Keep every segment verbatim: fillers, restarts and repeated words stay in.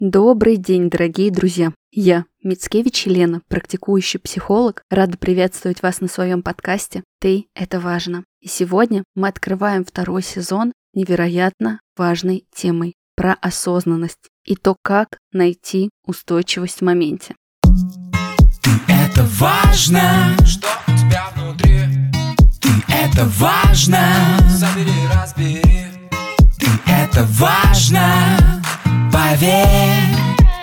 Добрый день, дорогие друзья! Я, Мицкевич Елена, практикующий психолог, рада приветствовать вас на своем подкасте «Ты – это важно». И сегодня мы открываем второй сезон невероятно важной темой про осознанность и то, как найти устойчивость в моменте. Ты – это важно, что у тебя внутри. Ты – это важно, забери, разбери. Ты – это важно, поверь.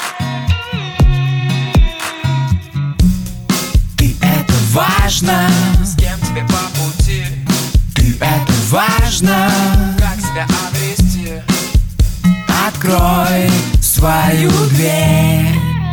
Ты – это важно, с кем тебе по пути. Ты – это важно, как себя обрести. Открой свою дверь.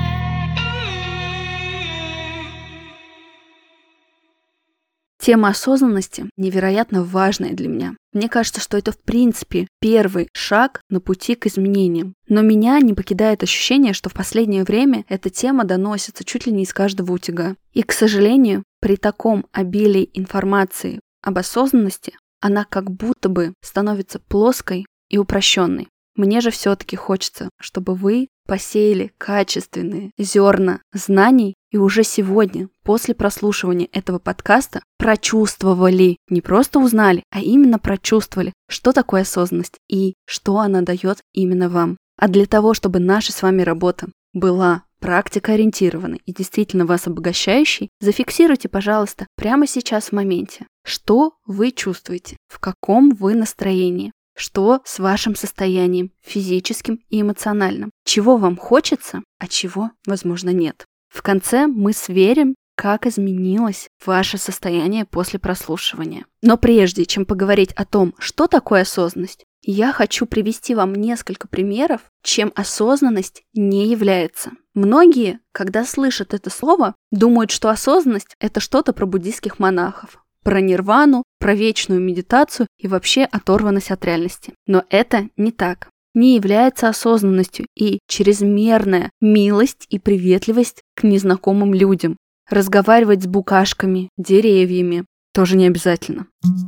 Тема осознанности невероятно важная для меня. Мне кажется, что это в принципе первый шаг на пути к изменениям. Но меня не покидает ощущение, что в последнее время эта тема доносится чуть ли не из каждого утюга. И, к сожалению, при таком обилии информации об осознанности, она как будто бы становится плоской и упрощенной. Мне же все-таки хочется, чтобы вы посеяли качественные зерна знаний и уже сегодня, после прослушивания этого подкаста, прочувствовали, не просто узнали, а именно прочувствовали, что такое осознанность и что она дает именно вам. А для того, чтобы наша с вами работа была практикоориентированной и действительно вас обогащающей, зафиксируйте, пожалуйста, прямо сейчас в моменте, что вы чувствуете, в каком вы настроении. Что с вашим состоянием физическим и эмоциональным? Чего вам хочется, а чего, возможно, нет? В конце мы сверим, как изменилось ваше состояние после прослушивания. Но прежде чем поговорить о том, что такое осознанность, я хочу привести вам несколько примеров, чем осознанность не является. Многие, когда слышат это слово, думают, что осознанность – это что-то про буддийских монахов, про нирвану, про вечную медитацию и вообще оторванность от реальности. Но это не так. Не является осознанностью и чрезмерная милость и приветливость к незнакомым людям. Разговаривать с букашками, деревьями тоже не обязательно.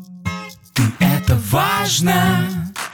Ты – это важно.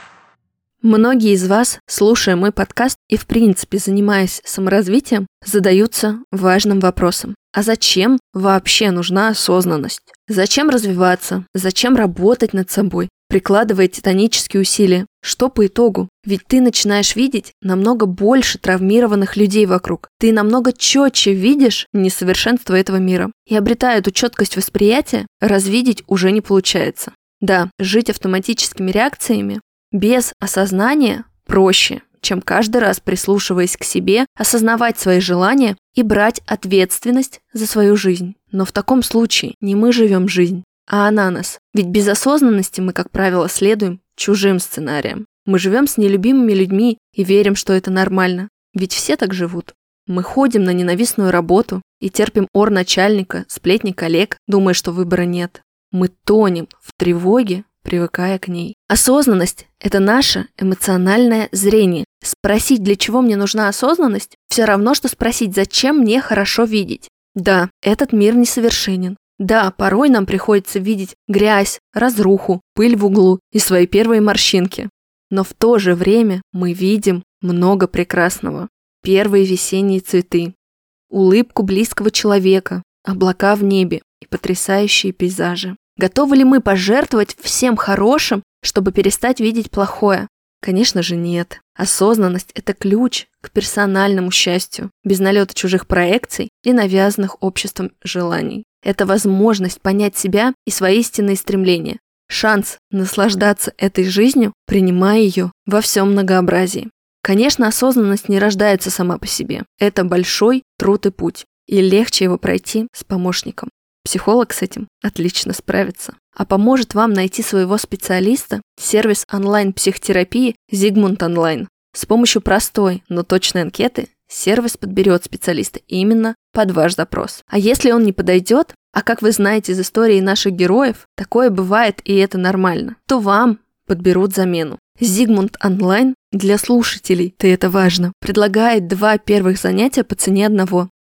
Многие из вас, слушая мой подкаст и в принципе занимаясь саморазвитием, задаются важным вопросом. А зачем вообще нужна осознанность? Зачем развиваться? Зачем работать над собой? Прикладывая титанические усилия. Что по итогу? Ведь ты начинаешь видеть намного больше травмированных людей вокруг. Ты намного четче видишь несовершенство этого мира. И обретая эту четкость восприятия, развидеть уже не получается. Да, жить автоматическими реакциями без осознания проще, чем каждый раз, прислушиваясь к себе, осознавать свои желания и брать ответственность за свою жизнь. Но в таком случае не мы живем жизнь, а она нас. Ведь без осознанности мы, как правило, следуем чужим сценариям. Мы живем с нелюбимыми людьми и верим, что это нормально. Ведь все так живут. Мы ходим на ненавистную работу и терпим ор начальника, сплетни коллег, думая, что выбора нет. Мы тонем в тревоге, привыкая к ней. Осознанность – это наше эмоциональное зрение. Спросить, для чего мне нужна осознанность, все равно, что спросить, зачем мне хорошо видеть. Да, этот мир несовершенен. Да, порой нам приходится видеть грязь, разруху, пыль в углу и свои первые морщинки. Но в то же время мы видим много прекрасного. Первые весенние цветы, улыбку близкого человека, облака в небе и потрясающие пейзажи. Готовы ли мы пожертвовать всем хорошим, чтобы перестать видеть плохое? Конечно же нет. Осознанность – это ключ к персональному счастью, без налета чужих проекций и навязанных обществом желаний. Это возможность понять себя и свои истинные стремления, шанс наслаждаться этой жизнью, принимая ее во всем многообразии. Конечно, осознанность не рождается сама по себе. Это большой труд и путь, и легче его пройти с помощником. Психолог с этим отлично справится. А поможет вам найти своего специалиста сервис онлайн-психотерапии Zigmund Online. С помощью простой, но точной анкеты сервис подберет специалиста именно под ваш запрос. А если он не подойдет, а как вы знаете из истории наших героев, такое бывает и это нормально, то вам подберут замену. Zigmund Online для слушателей, ты это важно, предлагает два первых занятия по цене одного.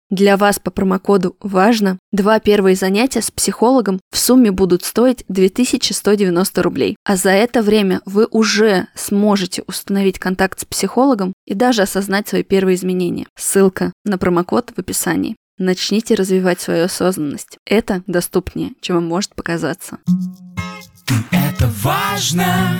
Для вас по промокоду «Важно» два первые занятия с психологом в сумме будут стоить две тысячи сто девяносто рублей. А за это время вы уже сможете установить контакт с психологом и даже осознать свои первые изменения. Ссылка на промокод в описании. Начните развивать свою осознанность. Это доступнее, чем вам может показаться. Это важно.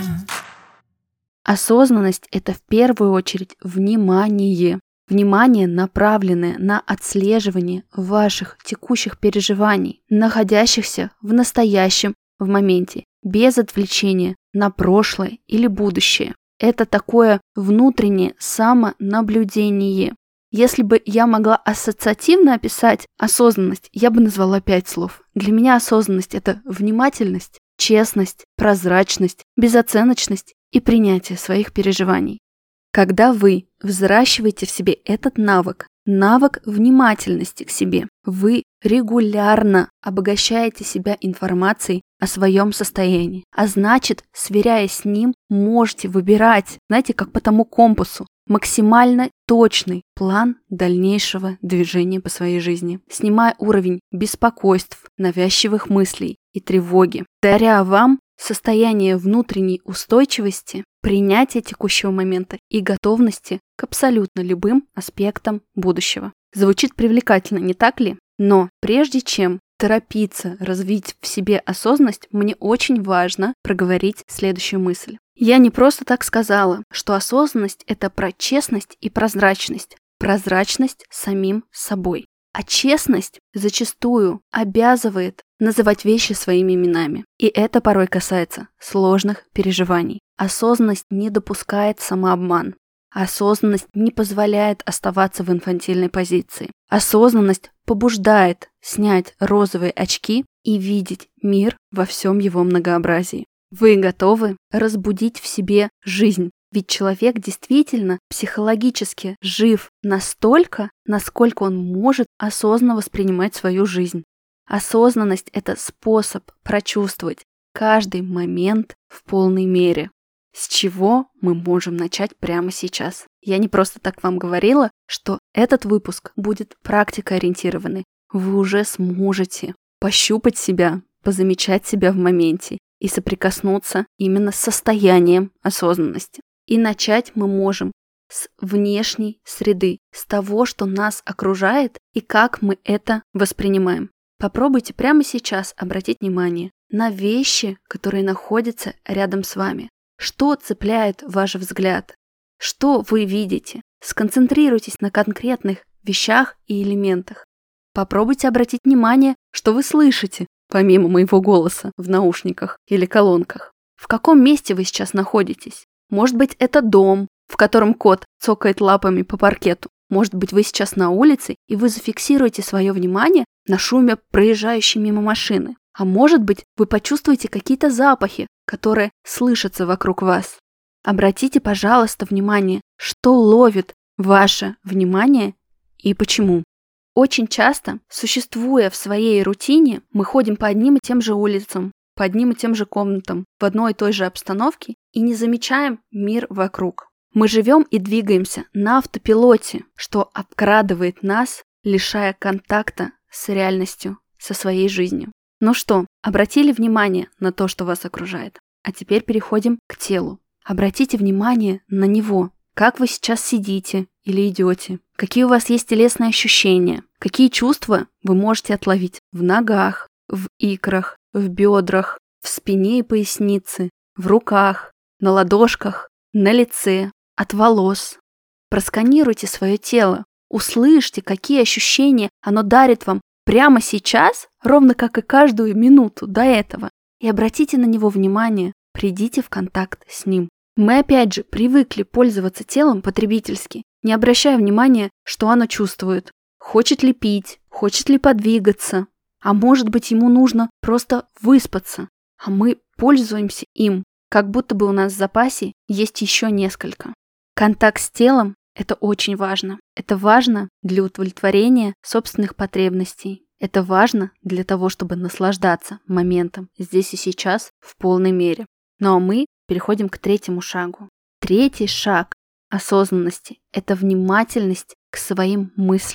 Осознанность – это в первую очередь внимание. Внимание, направленное на отслеживание ваших текущих переживаний, находящихся в настоящем, в моменте, без отвлечения на прошлое или будущее. Это такое внутреннее самонаблюдение. Если бы я могла ассоциативно описать осознанность, я бы назвала пять слов. Для меня осознанность – это внимательность, честность, прозрачность, безоценочность и принятие своих переживаний. Когда вы взращиваете в себе этот навык, навык внимательности к себе, вы регулярно обогащаете себя информацией о своем состоянии. А значит, сверяясь с ним, можете выбирать, знаете, как по тому компасу, максимально точный план дальнейшего движения по своей жизни, снимая уровень беспокойств, навязчивых мыслей и тревоги, даря вам состояние внутренней устойчивости, принятия текущего момента и готовности к абсолютно любым аспектам будущего. Звучит привлекательно, не так ли? Но прежде чем торопиться развить в себе осознанность, мне очень важно проговорить следующую мысль. Я не просто так сказала, что осознанность – это про честность и прозрачность. Прозрачность самим собой. А честность зачастую обязывает называть вещи своими именами. И это порой касается сложных переживаний. Осознанность не допускает самообман. Осознанность не позволяет оставаться в инфантильной позиции. Осознанность побуждает снять розовые очки и видеть мир во всем его многообразии. Вы готовы разбудить в себе жизнь. Ведь человек действительно психологически жив настолько, насколько он может осознанно воспринимать свою жизнь. Осознанность – это способ прочувствовать каждый момент в полной мере. С чего мы можем начать прямо сейчас? Я не просто так вам говорила, что этот выпуск будет практикоориентированный. Вы уже сможете пощупать себя, позамечать себя в моменте и соприкоснуться именно с состоянием осознанности. И начать мы можем с внешней среды, с того, что нас окружает и как мы это воспринимаем. Попробуйте прямо сейчас обратить внимание на вещи, которые находятся рядом с вами. Что цепляет ваш взгляд? Что вы видите? Сконцентрируйтесь на конкретных вещах и элементах. Попробуйте обратить внимание, что вы слышите, помимо моего голоса в наушниках или колонках. В каком месте вы сейчас находитесь? Может быть, это дом, в котором кот цокает лапами по паркету. Может быть, вы сейчас на улице, и вы зафиксируете свое внимание на шуме проезжающей мимо машины. А может быть, вы почувствуете какие-то запахи, которые слышатся вокруг вас. Обратите, пожалуйста, внимание, что ловит ваше внимание и почему. Очень часто, существуя в своей рутине, мы ходим по одним и тем же улицам, по одним и тем же комнатам, в одной и той же обстановке и не замечаем мир вокруг. Мы живем и двигаемся на автопилоте, что обкрадывает нас, лишая контакта с реальностью, со своей жизнью. Ну что, обратили внимание на то, что вас окружает? А теперь переходим к телу. Обратите внимание на него. Как вы сейчас сидите или идете? Какие у вас есть телесные ощущения? Какие чувства вы можете отловить в ногах, в икрах, в бедрах, в спине и пояснице, в руках, на ладошках, на лице, от волос? Просканируйте свое тело. Услышьте, какие ощущения оно дарит вам прямо сейчас, ровно как и каждую минуту до этого. И обратите на него внимание, придите в контакт с ним. Мы опять же привыкли пользоваться телом потребительски, не обращая внимания, что оно чувствует. Хочет ли пить, хочет ли подвигаться, а может быть ему нужно просто выспаться. А мы пользуемся им, как будто бы у нас в запасе есть еще несколько. Контакт с телом – это очень важно. Это важно для удовлетворения собственных потребностей. Это важно для того, чтобы наслаждаться моментом здесь и сейчас в полной мере. Ну а мы переходим к третьему шагу. Третий шаг осознанности – это внимательность к своим мыслям.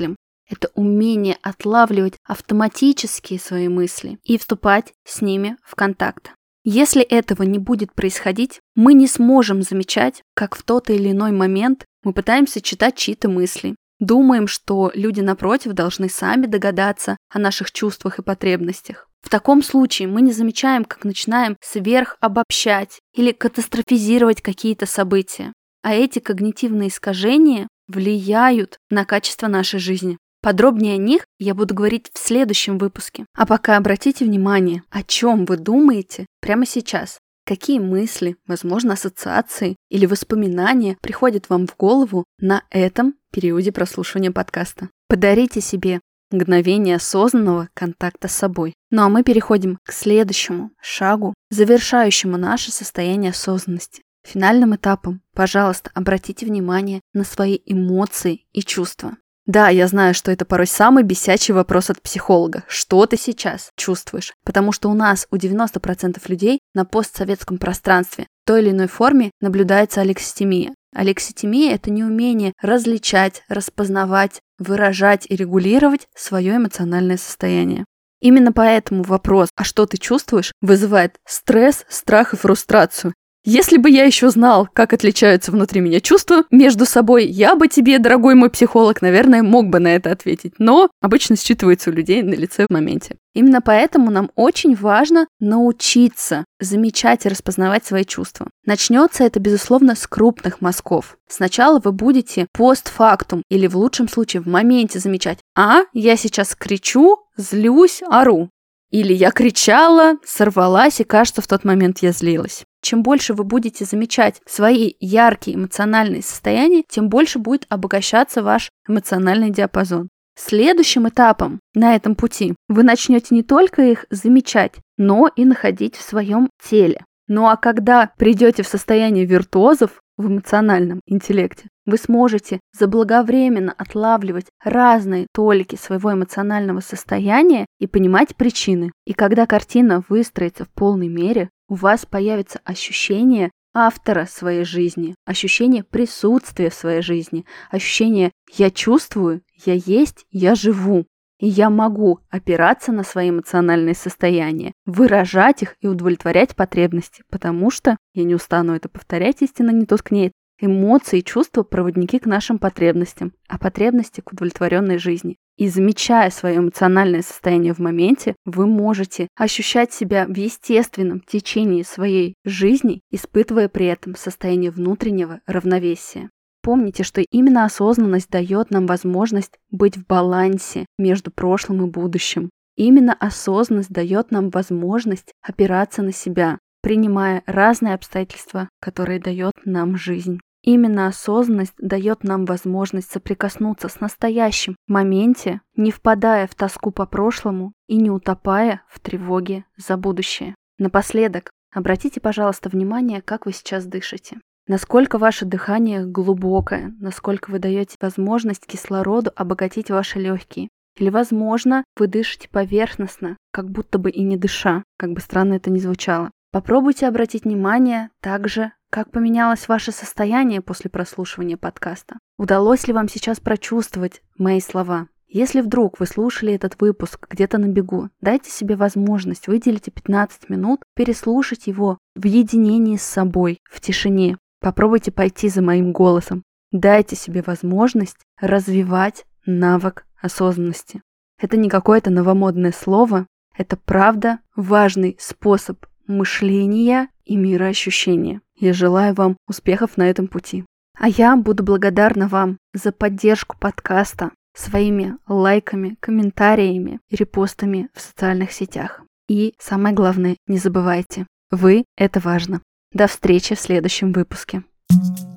Это умение отлавливать автоматические свои мысли и вступать с ними в контакт. Если этого не будет происходить, мы не сможем замечать, как в тот или иной момент мы пытаемся читать чьи-то мысли. Думаем, что люди напротив должны сами догадаться о наших чувствах и потребностях. В таком случае мы не замечаем, как начинаем сверхобобщать или катастрофизировать какие-то события. А эти когнитивные искажения влияют на качество нашей жизни. Подробнее о них я буду говорить в следующем выпуске. А пока обратите внимание, о чем вы думаете прямо сейчас. Какие мысли, возможно, ассоциации или воспоминания приходят вам в голову на этом периоде прослушивания подкаста. Подарите себе мгновение осознанного контакта с собой. Ну а мы переходим к следующему шагу, завершающему наше состояние осознанности. Финальным этапом, пожалуйста, обратите внимание на свои эмоции и чувства. Да, я знаю, что это порой самый бесячий вопрос от психолога. Что ты сейчас чувствуешь? Потому что у нас, у девяноста процентов людей на постсоветском пространстве в той или иной форме наблюдается алекситимия. Алекситимия – это неумение различать, распознавать, выражать и регулировать свое эмоциональное состояние. Именно поэтому вопрос «а что ты чувствуешь?» вызывает стресс, страх и фрустрацию. Если бы я еще знал, как отличаются внутри меня чувства между собой, я бы тебе, дорогой мой психолог, наверное, мог бы на это ответить. Но обычно считывается у людей на лице в моменте. Именно поэтому нам очень важно научиться замечать и распознавать свои чувства. Начнется это, безусловно, с крупных мазков. Сначала вы будете постфактум или в лучшем случае в моменте замечать: «А, я сейчас кричу, злюсь, ору». Или я кричала, сорвалась, и, кажется, в тот момент я злилась. Чем больше вы будете замечать свои яркие эмоциональные состояния, тем больше будет обогащаться ваш эмоциональный диапазон. Следующим этапом на этом пути вы начнете не только их замечать, но и находить в своем теле. Ну а когда придете в состояние виртуозов в эмоциональном интеллекте, вы сможете заблаговременно отлавливать разные толики своего эмоционального состояния и понимать причины. И когда картина выстроится в полной мере, у вас появится ощущение автора своей жизни, ощущение присутствия в своей жизни, ощущение «я чувствую, я есть, я живу». И я могу опираться на свои эмоциональные состояния, выражать их и удовлетворять потребности, потому что, я не устану это повторять, истина не тускнеет, эмоции и чувства – проводники к нашим потребностям, а потребности – к удовлетворенной жизни. И замечая свое эмоциональное состояние в моменте, вы можете ощущать себя в естественном течении своей жизни, испытывая при этом состояние внутреннего равновесия. Помните, что именно осознанность дает нам возможность быть в балансе между прошлым и будущим. Именно осознанность дает нам возможность опираться на себя, принимая разные обстоятельства, которые дает нам жизнь. Именно осознанность дает нам возможность соприкоснуться с настоящим в моменте, не впадая в тоску по прошлому и не утопая в тревоге за будущее. Напоследок, обратите, пожалуйста, внимание, как вы сейчас дышите. Насколько ваше дыхание глубокое, насколько вы даете возможность кислороду обогатить ваши легкие. Или, возможно, вы дышите поверхностно, как будто бы и не дыша, как бы странно это ни звучало. Попробуйте обратить внимание также, как поменялось ваше состояние после прослушивания подкаста. Удалось ли вам сейчас прочувствовать мои слова? Если вдруг вы слушали этот выпуск где-то на бегу, дайте себе возможность, выделите пятнадцать минут, переслушать его в единении с собой, в тишине. Попробуйте пойти за моим голосом. Дайте себе возможность развивать навык осознанности. Это не какое-то новомодное слово, это правда важный способ мышления и мироощущения. Я желаю вам успехов на этом пути. А я буду благодарна вам за поддержку подкаста своими лайками, комментариями и репостами в социальных сетях. И самое главное, не забывайте, вы – это важно. До встречи в следующем выпуске.